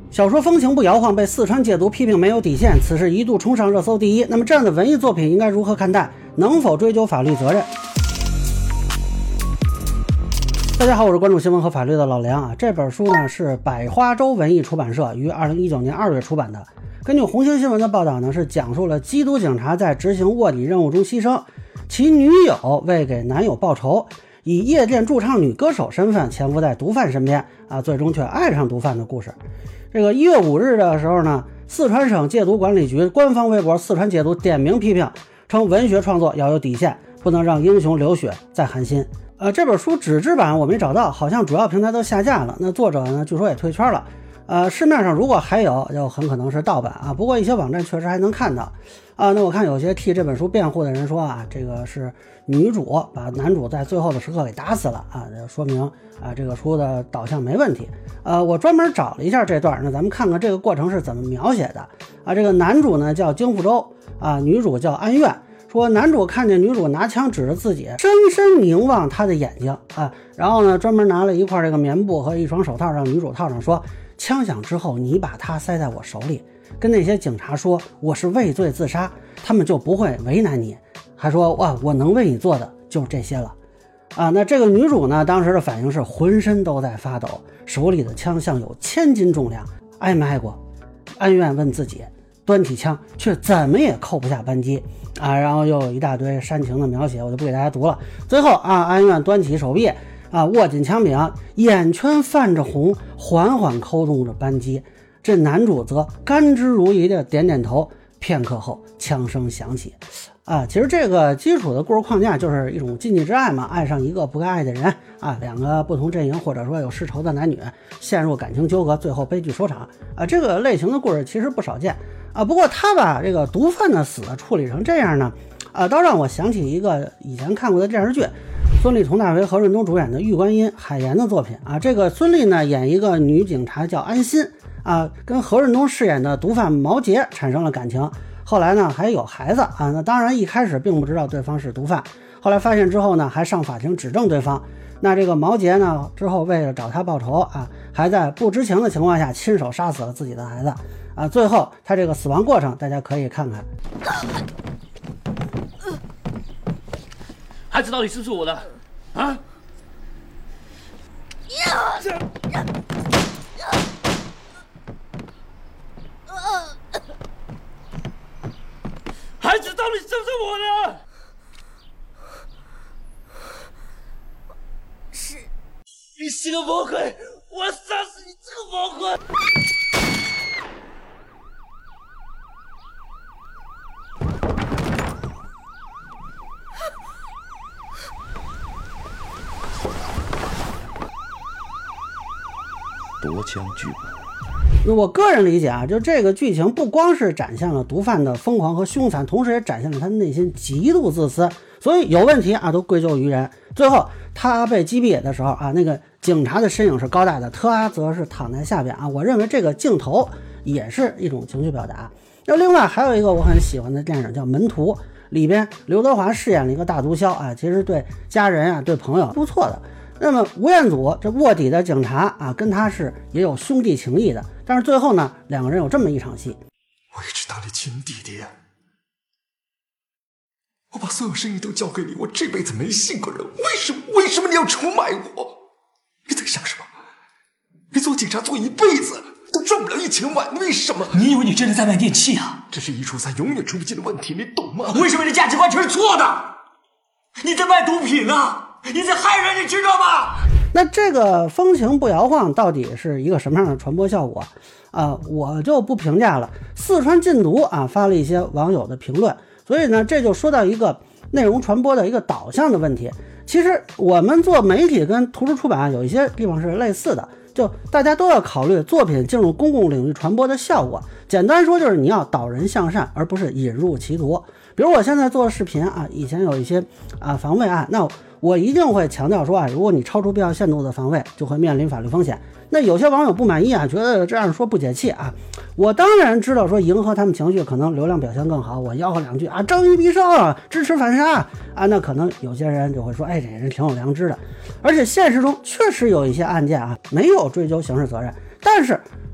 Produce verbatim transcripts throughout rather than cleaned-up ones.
小说风情不摇晃被四川戒毒批评没有底线，此事一度冲上热搜第一。那么这样的文艺作品应该如何看待？能否追究法律责任？大家好，我是关注新闻和法律的老梁啊。这本书呢是百花洲文艺出版社于二零一九年二月出版的。根据红星新闻的报道呢，是讲述了缉毒警察在执行卧底任务中牺牲，其女友为给男友报仇，以夜店驻唱女歌手身份潜伏在毒贩身边啊，最终却爱上毒贩的故事。这个一月五日的时候呢，四川省戒毒管理局官方微博四川戒毒点名批评，称文学创作要有底线，不能让英雄流血再寒心。呃，这本书纸质版我没找到，好像主要平台都下架了，那作者呢据说也退圈了。呃，市面上如果还有，就很可能是盗版啊。不过一些网站确实还能看到啊。那我看有些替这本书辩护的人说啊，这个是女主把男主在最后的时刻给打死了啊，说明啊这个书的导向没问题。呃，我专门找了一下这段，那咱们看看这个过程是怎么描写的啊。这个男主呢叫京富周啊，女主叫安苑。说男主看见女主拿枪指着自己，深深凝望她的眼睛啊，然后呢专门拿了一块这个棉布和一双手套让女主套上，说枪响之后你把它塞在我手里，跟那些警察说我是畏罪自杀，他们就不会为难你。还说哇，我能为你做的就是这些了啊。那这个女主呢当时的反应是浑身都在发抖，手里的枪像有千斤重量。挨没挨过？安苑问自己，端起枪却怎么也扣不下扳机啊，然后又有一大堆煽情的描写，我就不给大家读了。最后啊，安苑端起手臂啊，握紧枪柄，眼圈泛着红，缓缓扣动着扳机。这男主则甘之如饴的点点头。片刻后，枪声响起。啊，其实这个基础的故事框架就是一种禁忌之爱嘛，爱上一个不该爱的人啊，两个不同阵营或者说有世仇的男女陷入感情纠葛，最后悲剧收场啊。这个类型的故事其实不少见啊。不过他把这个毒贩的死处理成这样呢，啊，倒让我想起一个以前看过的电视剧。孙俪、佟大为、何润东主演的《玉观音》，海岩的作品啊。这个孙俪呢演一个女警察叫安心啊，跟何润东饰演的毒贩毛杰产生了感情，后来呢还有孩子啊。那当然一开始并不知道对方是毒贩，后来发现之后呢还上法庭指证对方。那这个毛杰呢之后为了找他报仇啊，还在不知情的情况下亲手杀死了自己的孩子啊。最后他这个死亡过程大家可以看看。 孩子到底是不是我的啊？孩子到底是不是我的？ 是。 你是个魔鬼！我要杀死你这个魔鬼！ 夺枪剧本。我个人理解啊，就这个剧情不光是展现了毒贩的疯狂和凶残，同时也展现了他内心极度自私，所以有问题啊都归咎于人。最后他被击毙的时候啊，那个警察的身影是高大的，他则是躺在下边啊。我认为这个镜头也是一种情绪表达。那另外还有一个我很喜欢的电影叫《门徒》，里边刘德华饰演了一个大毒枭啊，其实对家人啊对朋友不错的。那么吴彦祖这卧底的警察啊，跟他是也有兄弟情谊的，但是最后呢，两个人有这么一场戏。 我一直当你亲弟弟，我把所有生意都交给你，我这辈子没信过人，为什么为什么你要出卖我？你在想什么？你做警察做一辈子都赚不了一千万，为什么？ 你以为你真的在卖电器啊？ 这是一出三永远出不尽的问题，你懂吗？ 为什么你的价值观全是错的？你在卖毒品啊！你在害人，你知道吗？ 那这个风情不摇晃到底是一个什么样的传播效果啊、呃？我就不评价了。四川禁毒啊发了一些网友的评论，所以呢这就说到一个内容传播的一个导向的问题。其实我们做媒体跟图书出版有一些地方是类似的，就大家都要考虑作品进入公共领域传播的效果。简单说就是你要导人向善，而不是引入歧途。比如我现在做视频啊，以前有一些啊防卫案，那我一定会强调说啊，如果你超出必要限度的防卫，就会面临法律风险。那有些网友不满意啊，觉得这样说不解气啊。我当然知道说迎合他们情绪，可能流量表现更好，我吆喝两句啊，正义必胜啊，支持反杀啊，那可能有些人就会说，哎，这人挺有良知的。而且现实中确实有一些案件啊，没有追究刑事责任，但是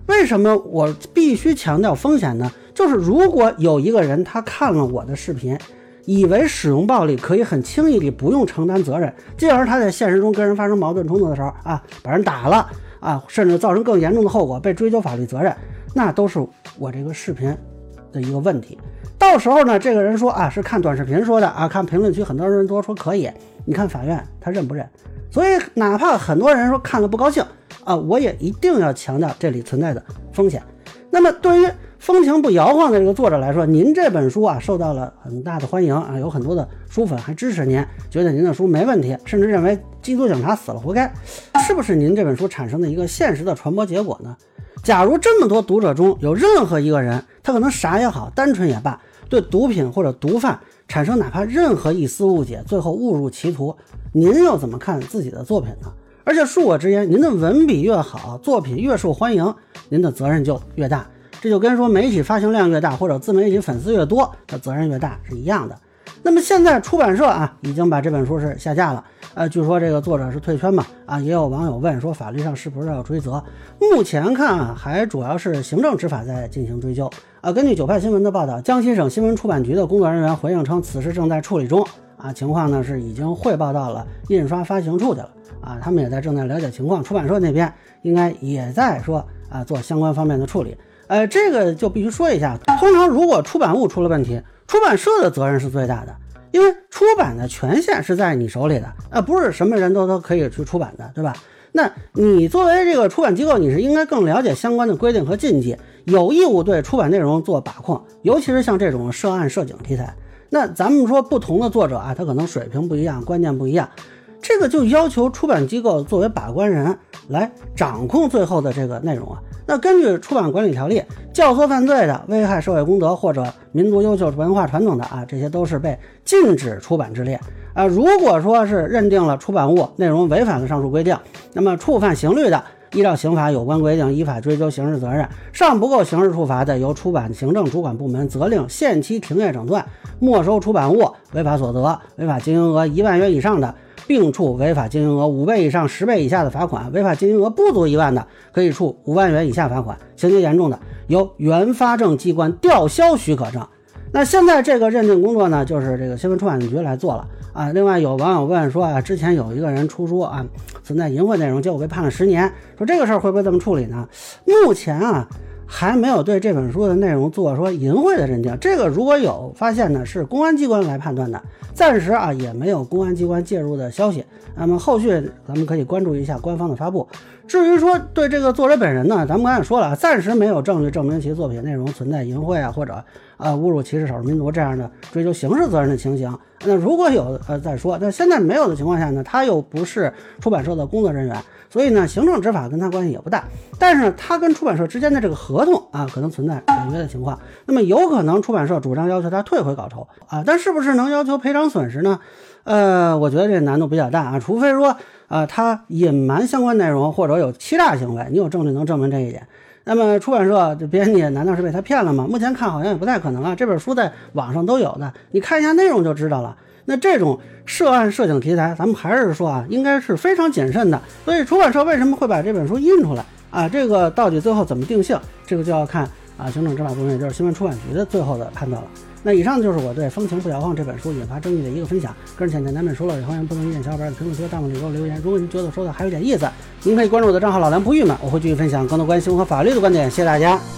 为什么我必须强调风险呢？就是如果有一个人他看了我的视频，以为使用暴力可以很轻易地不用承担责任，进而他在现实中跟人发生矛盾冲突的时候啊，把人打了啊，甚至造成更严重的后果，被追究法律责任，那都是我这个视频的一个问题。到时候呢，这个人说啊是看短视频说的啊，看评论区很多人都说可以，你看法院他认不认？所以哪怕很多人说看了不高兴啊，我也一定要强调这里存在的风险。那么对于风情不摇晃的这个作者来说，您这本书啊受到了很大的欢迎啊，有很多的书粉还支持您，觉得您的书没问题，甚至认为缉毒警察死了活该，是不是您这本书产生的一个现实的传播结果呢？假如这么多读者中有任何一个人，他可能傻也好，单纯也罢，对毒品或者毒贩产生哪怕任何一丝误解，最后误入歧途，您又怎么看自己的作品呢？而且恕我直言，您的文笔越好，作品越受欢迎，您的责任就越大。这就跟说媒体发行量越大，或者自媒体粉丝越多，它责任越大是一样的。那么现在出版社啊已经把这本书是下架了，呃，据说这个作者是退圈嘛，啊，也有网友问说法律上是不是要追责？目前看啊，还主要是行政执法在进行追究。啊，根据九派新闻的报道，江西省新闻出版局的工作人员回应称，此事正在处理中。啊，情况呢是已经汇报到了印刷发行处去了。啊，他们也在正在了解情况，出版社那边应该也在说啊做相关方面的处理。呃，这个就必须说一下，通常如果出版物出了问题，出版社的责任是最大的，因为出版的权限是在你手里的，呃，不是什么人都都可以去出版的，对吧？那你作为这个出版机构，你是应该更了解相关的规定和禁忌，有义务对出版内容做把控，尤其是像这种涉案涉警题材。那咱们说不同的作者啊，他可能水平不一样，观念不一样，这个就要求出版机构作为把关人来掌控最后的这个内容啊。那根据出版管理条例，教唆犯罪的、危害社会公德或者民族优秀文化传统的啊，这些都是被禁止出版之列啊。如果说是认定了出版物内容违反了上述规定，那么触犯刑律的，依照刑法有关规定依法追究刑事责任，尚不够刑事处罚的，由出版行政主管部门责令限期停业整顿，没收出版物，违法所得、违法经营额一万元以上的，并处违法经营额五倍以上十倍以下的罚款，违法经营额不足一万的，可以处五万元以下罚款，情节严重的，由原发证机关吊销许可证。那现在这个认定工作呢，就是这个新闻出版局来做了啊。另外有网友问说啊，之前有一个人出书啊，存在淫秽内容，结果被判了十年，说这个事儿会不会这么处理呢？目前啊还没有对这本书的内容做说淫秽的认定，这个如果有发现呢，是公安机关来判断的，暂时啊也没有公安机关介入的消息。那么后续咱们可以关注一下官方的发布。至于说对这个作者本人呢，咱们刚才也说了，暂时没有证据证明其作品内容存在淫秽啊或者呃侮辱歧视少数民族这样的追究刑事责任的情形。那如果有呃再说，那现在没有的情况下呢，他又不是出版社的工作人员，所以呢行政执法跟他关系也不大。但是他跟出版社之间的这个合同啊，可能存在违约的情况，那么有可能出版社主张要求他退回稿酬啊，但是不是能要求赔偿损失呢？呃，我觉得这难度比较大啊，除非说啊、呃、他隐瞒相关内容或者有欺诈行为，你有证据能证明这一点。那么出版社这编辑难道是被他骗了吗？目前看好像也不太可能啊，这本书在网上都有的，你看一下内容就知道了。那这种涉案涉警题材，咱们还是说啊，应该是非常谨慎的。所以出版社为什么会把这本书印出来啊？这个到底最后怎么定性，这个就要看啊行政执法部门，也就是新闻出版局的最后的判断了。那以上就是我对《风情不摇晃》这本书引发争议的一个分享，个人浅见难免说了，也欢迎不同意见小伙伴在评论区和弹幕里给我留言。如果您觉得说的还有点意思，您可以关注我的账号老梁不郁闷，我会继续分享更多关于新闻和法律的观点。谢谢大家。